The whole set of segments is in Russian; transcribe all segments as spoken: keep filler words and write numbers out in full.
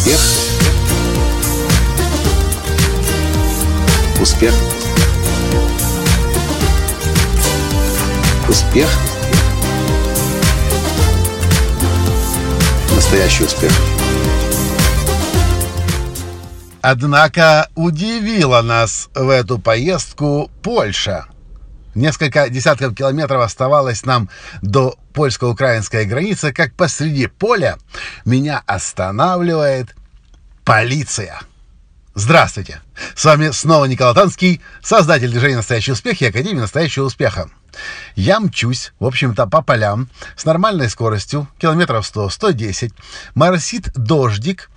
Успех. Успех. Успех. Настоящий успех. Однако удивила нас в эту поездку Польша. Несколько десятков километров оставалось нам до польско-украинской границы, как посреди поля меня останавливает полиция. Здравствуйте! С вами снова Николай Танский, создатель движения «Настоящий успех» и Академии «Настоящего успеха». Я мчусь, в общем-то, по полям с нормальной скоростью, километров сто — сто десять, моросит дождик,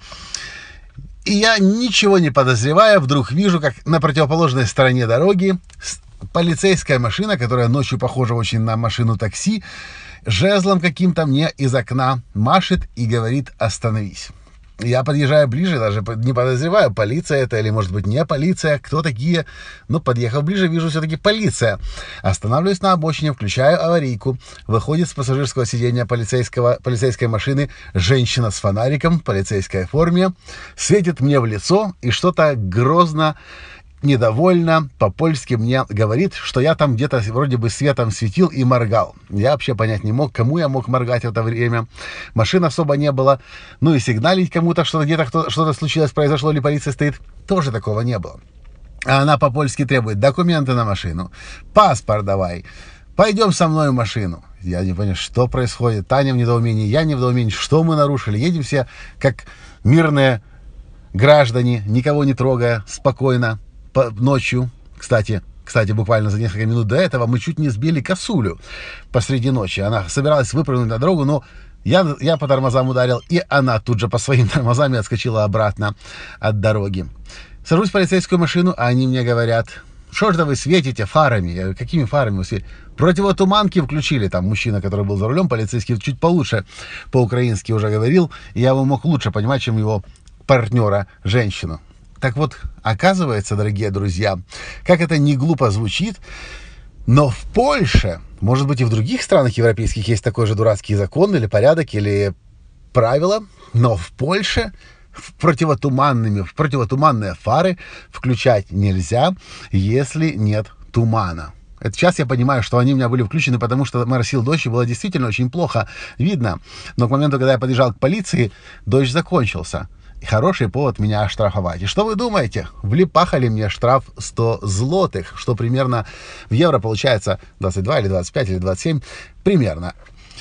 и я, ничего не подозревая, вдруг вижу, как на противоположной стороне дороги полицейская машина, которая ночью похожа очень на машину такси, жезлом каким-то мне из окна машет и говорит: «Остановись». Я подъезжаю ближе, даже не подозреваю, полиция это или, может быть, не полиция, кто такие. Но, подъехав ближе, вижу все-таки полиция. Останавливаюсь на обочине, включаю аварийку. Выходит с пассажирского сидения полицейского, полицейской машины женщина с фонариком в полицейской форме, светит мне в лицо и что-то грозно, недовольно по-польски мне говорит, что я там где-то вроде бы светом светил и моргал. Я вообще понять не мог, кому я мог моргать в это время. Машин особо не было. Ну и сигналить кому-то, что где-то что-то случилось, произошло, или полиция стоит, тоже такого не было. А она по-польски требует: документы на машину, паспорт давай, пойдем со мной в машину. Я не понял, что происходит. Таня в недоумении, я не в недоумении, что мы нарушили. Едем все как мирные граждане, никого не трогая, спокойно. Ночью, кстати, кстати, буквально за несколько минут до этого мы чуть не сбили косулю посреди ночи. Она собиралась выпрыгнуть на дорогу, но я, я по тормозам ударил, и она тут же по своим тормозам отскочила обратно от дороги. Сажусь в полицейскую машину, а они мне говорят: что же вы светите фарами? Я говорю: какими фарами вы светите? Противотуманки включили. Там мужчина, который был за рулем, полицейский, чуть получше по-украински уже говорил, и я его мог лучше понимать, чем его партнера, женщину. Так вот, оказывается, дорогие друзья, как это не глупо звучит, но в Польше, может быть, и в других странах европейских есть такой же дурацкий закон или порядок, или правила, но в Польше в противотуманными, в противотуманные фары включать нельзя, если нет тумана. Это сейчас я понимаю, что они у меня были включены, потому что моросил дождь, и было действительно очень плохо видно. Но к моменту, когда я подъезжал к полиции, дождь закончился. Хороший повод меня оштрафовать. И что вы думаете? Влипахали мне штраф сто злотых, что примерно в евро получается двадцать два или двадцать пять или двадцать семь примерно.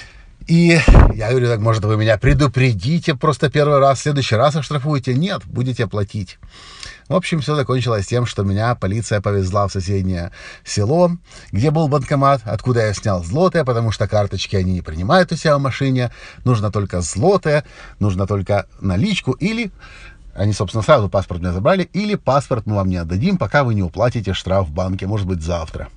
И я говорю: так, может, вы меня предупредите просто первый раз, в следующий раз оштрафуете? Нет, будете платить. В общем, все закончилось тем, что меня полиция повезла в соседнее село, где был банкомат, откуда я снял злотые, потому что карточки они не принимают у себя в машине. Нужно только злотые, нужно только наличку, или они, собственно, сразу паспорт мне забрали, или паспорт мы вам не отдадим, пока вы не уплатите штраф в банке, может быть, завтра.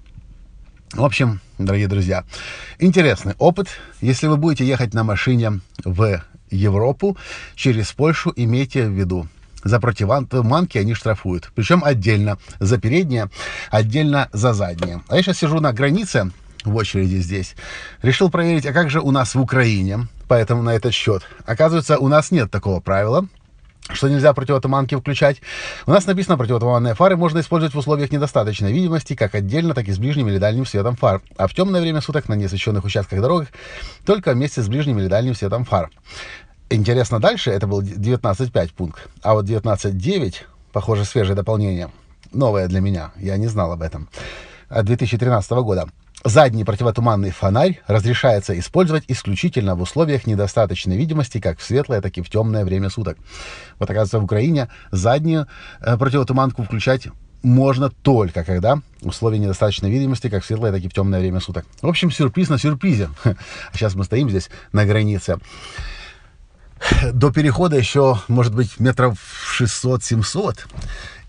В общем, дорогие друзья, интересный опыт. Если вы будете ехать на машине в Европу через Польшу, имейте в виду: за противотуманки они штрафуют. Причем отдельно за передние, отдельно за задние. А я сейчас сижу на границе, в очереди здесь. Решил проверить, а как же у нас в Украине. Поэтому на этот счет. Оказывается, у нас нет такого правила, что нельзя противотуманки включать. У нас написано: противотуманные фары можно использовать в условиях недостаточной видимости, как отдельно, так и с ближним или дальним светом фар. А в темное время суток на неосвещенных участках дорог только вместе с ближним или дальним светом фар. Интересно, дальше это был девятнадцать пять пункт, а вот девятнадцать девять, похоже, свежее дополнение, новое для меня, я не знал об этом, от две тысячи тринадцатого года. Задний противотуманный фонарь разрешается использовать исключительно в условиях недостаточной видимости, как в светлое, так и в темное время суток. Вот, оказывается, в Украине заднюю э, противотуманку включать можно только когда условия недостаточной видимости, как в светлое, так и в темное время суток. В общем, сюрприз на сюрпризе. А сейчас мы стоим здесь на границе. До перехода еще, может быть, метров шестьсот-семьсот.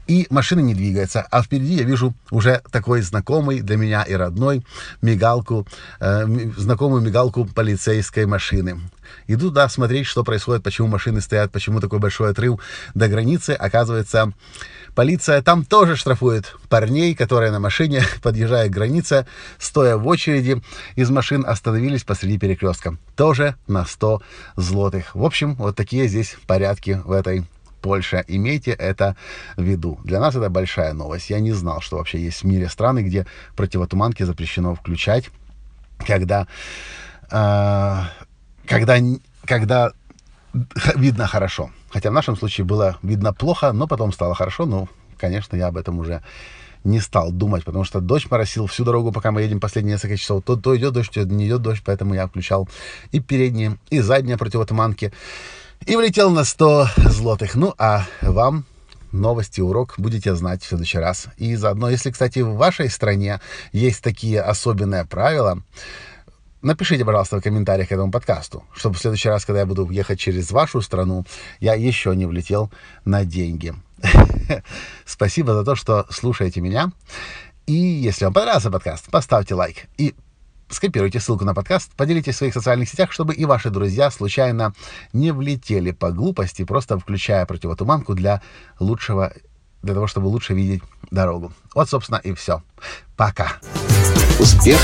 и машина не двигается, а впереди я вижу уже такой знакомый для меня и родной мигалку, э, знакомую мигалку полицейской машины. Иду туда смотреть, что происходит, почему машины стоят, почему такой большой отрыв до границы. Оказывается, полиция там тоже штрафует парней, которые на машине, подъезжая к границе, стоя в очереди из машин, остановились посреди перекрестка. Тоже на сто злотых. В общем, вот такие здесь порядки в этой Польша. Имейте это в виду. Для нас это большая новость. Я не знал, что вообще есть в мире страны, где противотуманки запрещено включать, когда, э, когда, когда видно хорошо. Хотя в нашем случае было видно плохо, но потом стало хорошо. Ну, конечно, я об этом уже не стал думать, потому что дождь моросил всю дорогу, пока мы едем последние несколько часов. То, то идет дождь, то не идет дождь, поэтому я включал и передние, и задние противотуманки. И влетел на сто злотых. Ну, а вам новости, урок будете знать в следующий раз. И заодно, если, кстати, в вашей стране есть такие особенные правила, напишите, пожалуйста, в комментариях к этому подкасту, чтобы в следующий раз, когда я буду ехать через вашу страну, я еще не влетел на деньги. Спасибо за то, что слушаете меня. И если вам понравился подкаст, поставьте лайк и скопируйте ссылку на подкаст, поделитесь в своих социальных сетях, чтобы и ваши друзья случайно не влетели по глупости, просто включая противотуманку для лучшего, для того, чтобы лучше видеть дорогу. Вот, собственно, и все. Пока. Успех.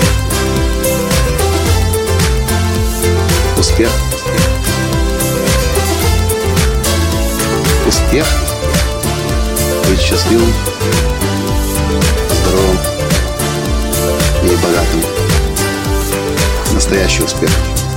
Успех. Успех. Быть счастливым, здоровым и богатым. Настоящий успех.